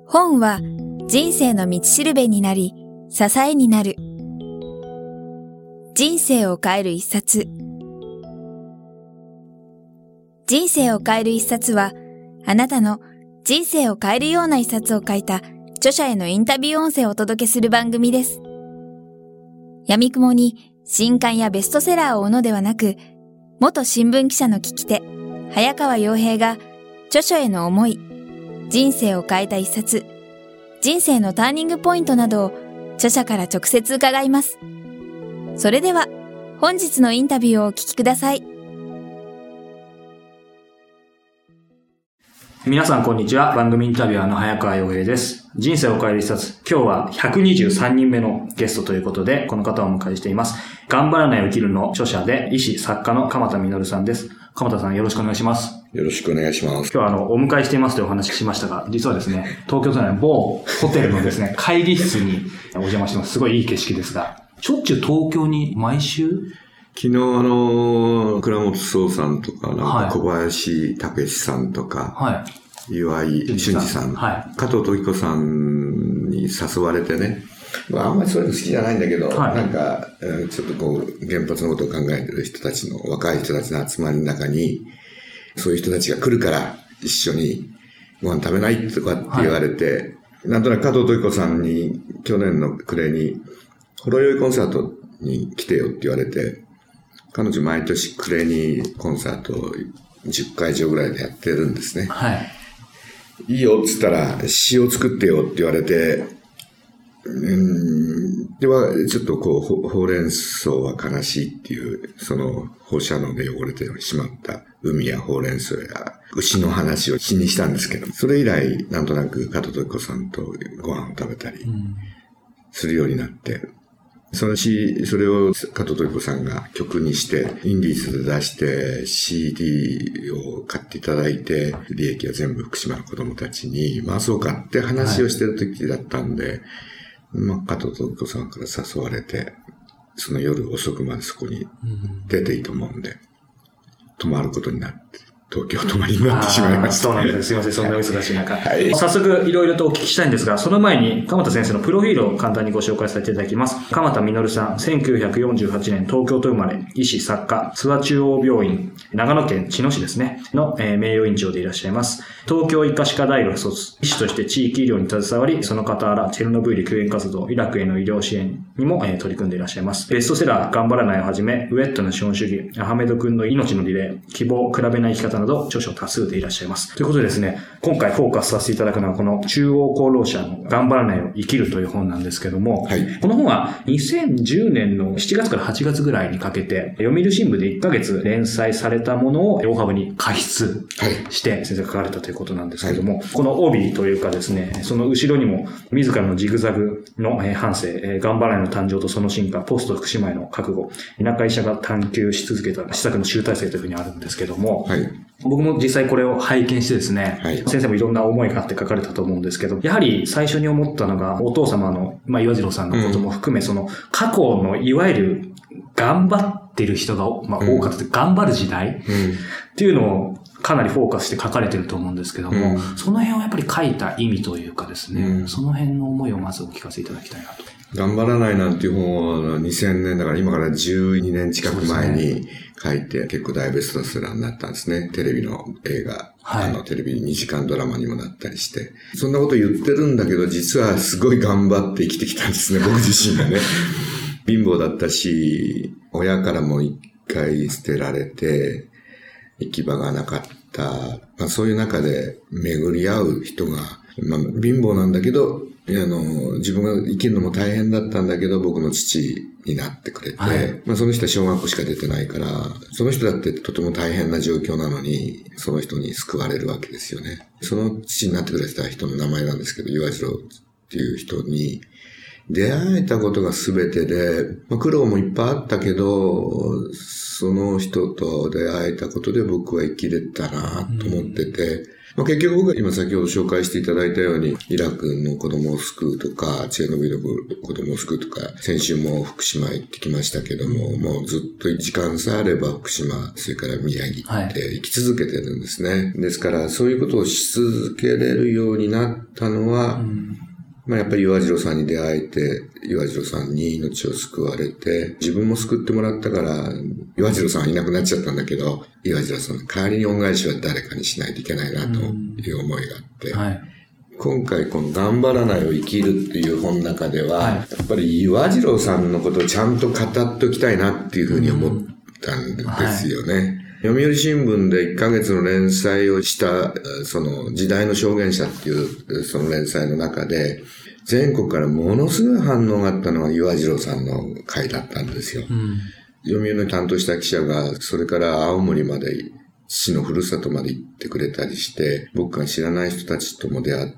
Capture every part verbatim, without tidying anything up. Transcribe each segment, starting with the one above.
本は人生の道しるべになり、支えになる。人生を変える一冊。人生を変える一冊は、あなたの人生を変えるような一冊を書いた著者へのインタビュー音声をお届けする番組です。闇雲に新刊やベストセラーを追うのではなく、元新聞記者の聞き手、早川洋平が著書への思い、人生を変えた一冊、人生のターニングポイントなどを著者から直接伺います。それでは本日のインタビューをお聞きください。 皆さんこんにちは。番組インタビュアーの早川洋平です。人生を変える一冊。今日はひゃくにじゅうさんにんめのゲストということで、この方をお迎えしています。頑張らないを生きるの著者で医師作家の鎌田実さんです。鎌田さんよろしくお願いします。 よろしくお願いします。 今日はあの、お迎えしていますというお話しましたが、実はですね、東京都内の某ホテルのですね、会議室にお邪魔してます。すごいいい景色ですが、しょっちゅう東京に毎週昨日あの、倉本壮さんとか、なんか小林武史さんとか、はい、岩井俊二さん、はい、加藤時子さんに誘われてね、まあ、あんまりそういうの好きじゃないんだけど、はい、なんか、ちょっとこう、原発のことを考えてる人たちの、若い人たちの集まりの中に、そういう人たちが来るから一緒にご飯食べないとかって言われて、はい、なんとなく加藤時子さんに去年の暮れに、ほろ酔いコンサートに来てよって言われて、彼女毎年暮れにコンサートをじゅっかい以上ぐらいでやってるんですね。はい。いいよっつったら詩を作ってよって言われて、うーん、ではちょっとこうほほうれん草は悲しいっていうその放射能で汚れてしまった海やほうれん草や牛の話を詩にしたんですけど、それ以来なんとなく加藤時子さんとご飯を食べたりするようになって、その詩、それを加藤時子さんが曲にして、インディーズで出して シーディー を買っていただいて、利益は全部福島の子供たちに回そうかって話をしてる時だったんで、はい、まあ、加藤時子さんから誘われて、その夜遅くまでそこに出ていいと思うんで、泊まることになって、東京泊まりになってしまいました。 そうなんです。すいません。そんなお忙しい中。はい、早速、いろいろとお聞きしたいんですが、その前に、鎌田先生のプロフィールを簡単にご紹介させていただきます。鎌田実さん、せんきゅうひゃくよんじゅうはちねん東京都生まれ、医師、作家、諏訪中央病院、長野県茅野市ですね、の、えー、名誉院長でいらっしゃいます。東京医科歯科大学卒、医師として地域医療に携わり、その傍ら、チェルノブイリ救援活動、イラクへの医療支援にも、えー、取り組んでいらっしゃいます。ベストセラー、頑張らないをはじめ、ウェットの資本主義、アハメド君の命のリレー、希望、比べない生き方など、著書多数でいらっしゃいます。ということでですね、今回フォーカスさせていただくのはこの中央功労者の頑張らないを生きるという本なんですけども、はい、この本はにせんじゅうねんのしちがつからはちがつぐらいにかけて読売新聞でいっかげつ連載されたものを大幅に加筆して先生が書かれたということなんですけども、はい、この帯というかですね、その後ろにも自らのジグザグの半生、頑張らないの誕生とその進化、ポスト福島への覚悟、田舎医者が探求し続けた施策の集大成というふうにあるんですけども、はい、僕も実際これを拝見してですね、はい、先生もいろんな思いがあって書かれたと思うんですけど、やはり最初に思ったのがお父様の、まあ、岩次郎さんのことも含め、うん、その過去のいわゆる頑張ってる人が、まあ、多かった、うん、頑張る時代、うん、っていうのをかなりフォーカスして書かれてると思うんですけども、うん、その辺をやっぱり書いた意味というかですね、うん、その辺の思いをまずお聞かせいただきたいなと。 頑張らないなんていう本をにせんねんだから今からじゅうにねん近く前に書いて結構大ベストセラーになったんですね。テレビの映画、はい、あのテレビにじかんドラマにもなったりして。そんなこと言ってるんだけど実はすごい頑張って生きてきたんですね、僕自身がね。貧乏だったし、親からも一回捨てられて、行き場がなかった。まあそういう中で巡り合う人が、まあ貧乏なんだけど、あの、自分が生きるのも大変だったんだけど、僕の父になってくれて、はい、まあその人は小学校しか出てないから、その人だってとても大変な状況なのに、その人に救われるわけですよね。その父になってくれてた人の名前なんですけど、岩次郎っていう人に、 出会えたことが全てで、まあ、苦労もいっぱいあったけど、その人と出会えたことで僕は生きれたなと思ってて、まあ、結局僕は今先ほど紹介していただいたように、イラクの子供を救うとか、チェーノビルの子供を救うとか、先週も福島行ってきましたけども、もうずっと時間さえあれば福島、それから宮城って生き続けてるんですね。はい、ですからそういうことをし続けれるようになったのは、うん、まあ、やっぱり岩次郎さんに出会えて、岩次郎さんに命を救われて、自分も救ってもらったから、岩次郎さんはいなくなっちゃったんだけど、岩次郎さんの代わりに恩返しは誰かにしないといけないなという思いがあって、はい、今回この頑張らないを生きるっていう本の中では、はい、やっぱり岩次郎さんのことをちゃんと語っておきたいなっていうふうに思ったんですよね。はい、読売新聞でいっかげつの連載をした、その時代の証言者っていうその連載の中で、全国からものすごい反応があったのが岩次郎さんの回だったんですよ。うん、読売の担当した記者が、それから青森まで、父のふるさとまで行ってくれたりして、僕が知らない人たちとも出会って、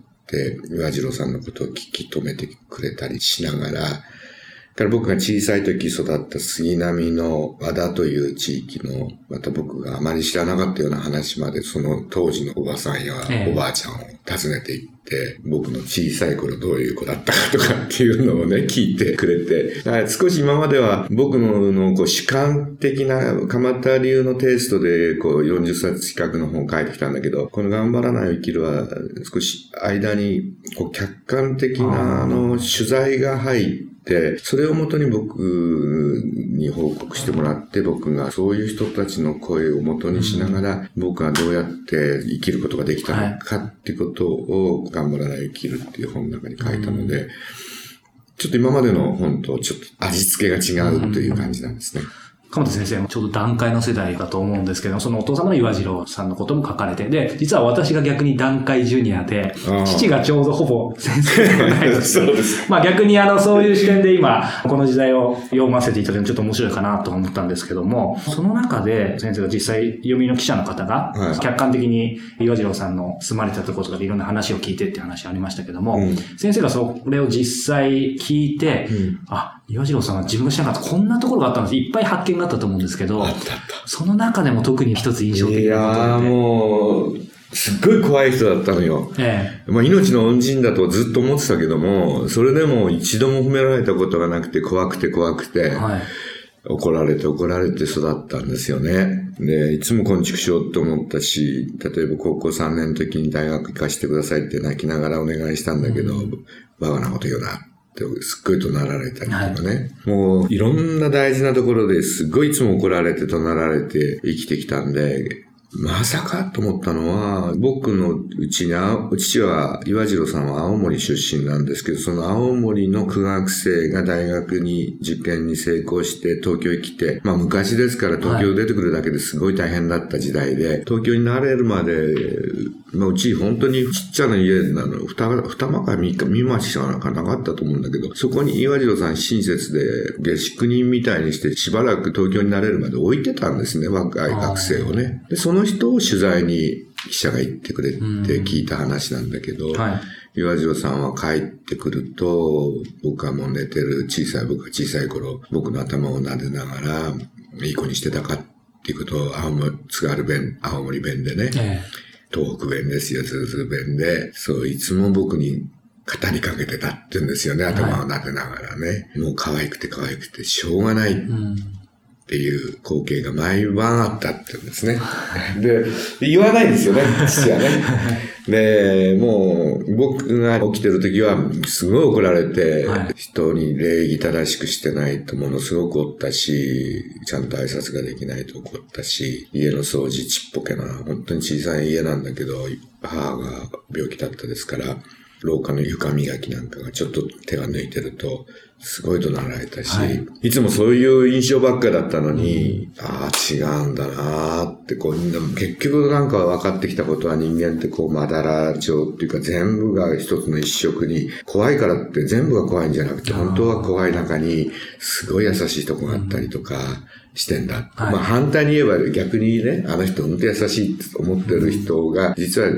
岩次郎さんのことを聞き止めてくれたりしながら、から僕が小さい時育った杉並の和田という地域の、また僕があまり知らなかったような話まで、その当時のおばさんやおばあちゃんを訪ねて行って、僕の小さい頃どういう子だったかとかっていうのをね、聞いてくれて、だから少し今までは僕ののこう主観的な鎌田流のテイストでこうよんじゅっさつ近くの本を書いてきたんだけど、この頑張らないを生きるは少し間にこう客観的なあの取材が入って、で、それをもとに僕に報告してもらって、僕がそういう人たちの声をもとにしながら、僕がどうやって生きることができたのかってことを、頑張らない生きるっていう本の中に書いたので、ちょっと今までの本とちょっと味付けが違うという感じなんですね。 鎌田先生もちょうど団塊の世代だと思うんですけど、そのお父様の岩次郎さんのことも書かれて、で、実は私が逆に団塊ジュニアで、父がちょうどほぼ先生ではないです。そうです。まあ逆にあの、そういう視点で今、この時代を読ませていただくのちょっと面白いかなと思ったんですけども、その中で先生が実際、読みの記者の方が、客観的に岩次郎さんの住まれたところとかでいろんな話を聞いてって話ありましたけども、うん、先生がそれを実際聞いて、うん、あ、岩次郎さんは自分が知らなかったこんなところがあったんです。いっぱい発見があったと思うんですけど、その中でも特に一つ印象的なことで。いやーもう、すっごい怖い人だったのよ。ええ、まあ命の恩人だとずっと思ってたけども、それでも一度も褒められたことがなくて怖くて怖くて、はい、怒られて怒られて育ったんですよね。で、いつも昆虫しようと思ったし、例えば高校さんねんの時に大学行かせてくださいって泣きながらお願いしたんだけど、うん、バカなこと言うな。すっごい怒鳴られたりとかね、はい、もういろんな大事なところですっごいいつも怒られて怒鳴られて生きてきたんで、まさかと思ったのは、僕のうちに、父は、岩次郎さんは青森出身なんですけど、その青森の苦学生が大学に受験に成功して東京へ来て、まあ昔ですから東京出てくるだけですごい大変だった時代で、はい、東京に慣れるまで、まあうち本当にちっちゃな家なの、二、二間か三三間しかなんかなかったと思うんだけど、そこに岩次郎さん親切で下宿人みたいにしてしばらく東京に慣れるまで置いてたんですね、若い学生をね。で、その人を取材に記者が行ってくれって聞いた話なんだけど、はい、岩次郎さんは帰ってくると、僕はもう寝てる小さい、僕が小さい頃、僕の頭を撫でながら、いい子にしてたかっていうことを、青森、津軽弁、青森弁でね、ええ、東北弁ですよ、津々弁で、そう、いつも僕に語りかけてたって言うんですよね、頭を撫でながらね。はい、もう可愛くて可愛くてしょうがない。うん、っていう光景が毎晩あったって言うんですね。で、言わないんですよね、父はね。で、もう僕が起きてる時はすごい怒られて、はい、人に礼儀正しくしてないとものすごく怒ったし、ちゃんと挨拶ができないと怒ったし、家の掃除ちっぽけな、本当に小さい家なんだけど、母が病気だったですから、廊下の床磨きなんかがちょっと手が抜いてると、すごい怒鳴られたし、はい、いつもそういう印象ばっかだったのに、うん、ああ、違うんだなーって、こう、結局なんか分かってきたことは人間ってこう、まだら状っていうか全部が一つの一色に、怖いからって全部が怖いんじゃなくて、本当は怖い中に、すごい優しいとこがあったりとかしてんだ。うん、まあ反対に言えば逆にね、あの人本当優しいって思ってる人が、実は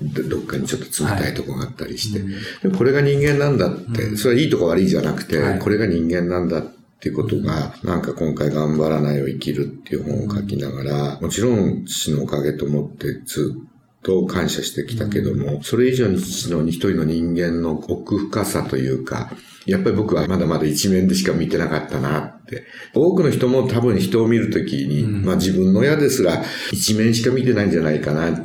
どっかにちょっと冷たいとこがあったりして、はい、でもこれが人間なんだって、うん、それはいいとか悪いじゃなくて、はい、これが人間なんだっていうことが、なんか今回頑張らないを生きるっていう本を書きながら、もちろん父のおかげと思ってずっと感謝してきたけども、それ以上に父の一人の人間の奥深さというか、やっぱり僕はまだまだ一面でしか見てなかったなって。多くの人も多分人を見るときに、うん、まあ自分の親ですら一面しか見てないんじゃないかなって、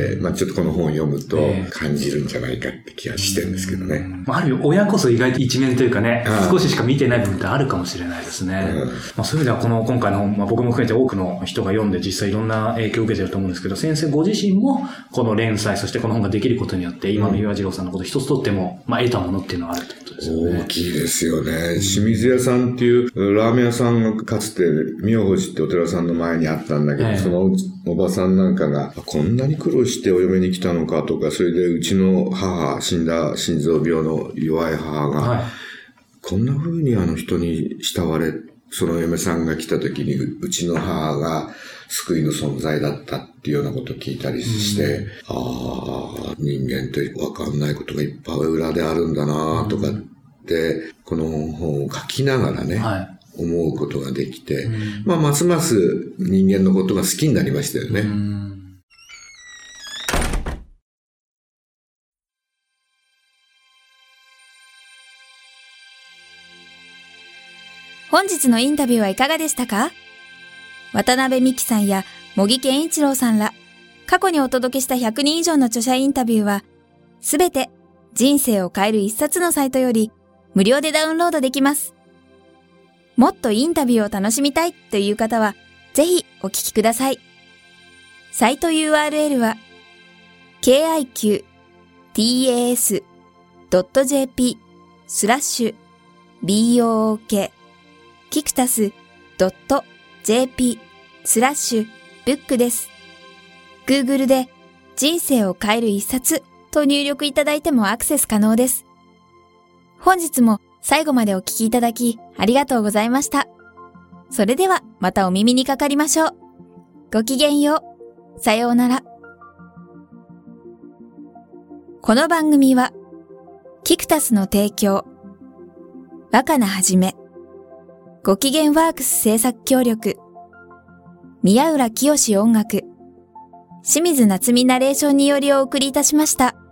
うん、まあちょっとこの本を読むと感じるんじゃないかって気がしてるんですけどね。うん、 ある意味親こそ意外と一面というかね、少ししか見てない部分ってあるかもしれないですね。うん、まあそういう意味ではこの今回の本、まあ僕も含めて多くの人が読んで実際いろんな影響を受けてると思うんですけど、先生ご自身もこの連載、そしてこの本ができることによって今の岩次郎さんのこと一つとっても、まあ得たものっていうのがあるということですよね。 大きいですよね。清水屋さんっていうラーメン屋さんがかつて妙法寺ってお寺さんの前にあったんだけど、ええ、そのおばさんなんかがこんなに苦労してお嫁に来たのかとか、それでうちの母、死んだ心臓病の弱い母が、はい、こんな風にあの人に慕われ、その嫁さんが来た時にうちの母が救いの存在だったっていうようなことを聞いたりして、うん、ああ、人間ってわかんないことがいっぱい裏であるんだなとかって、うん、この本を書きながらね、はい、思うことができて、うん、まあ、ますます人間のことが好きになりましたよね。うん、 本日のインタビューはいかがでしたか？渡辺美樹さんや茂木健一郎さんら、過去にお届けしたひゃくにん以上の著者インタビューは、すべて人生を変える一冊のサイトより無料でダウンロードできます。もっとインタビューを楽しみたいという方は、ぜひお聞きください。サイト ユーアールエル は ケーアイキューティーエーエスドットジェーピー スラッシュ ビーオーオーケー キクタス ドットジェーピー スラッシュブックです。Google で人生を変える一冊と入力いただいてもアクセス可能です。本日も最後までお聞きいただきありがとうございました。それではまたお耳にかかりましょう。ごきげんよう。さようなら。この番組はキクタスの提供、若菜はじめ、ごきげんワークス制作協力、宮浦清志音楽、清水夏美ナレーションによりお送りいたしました。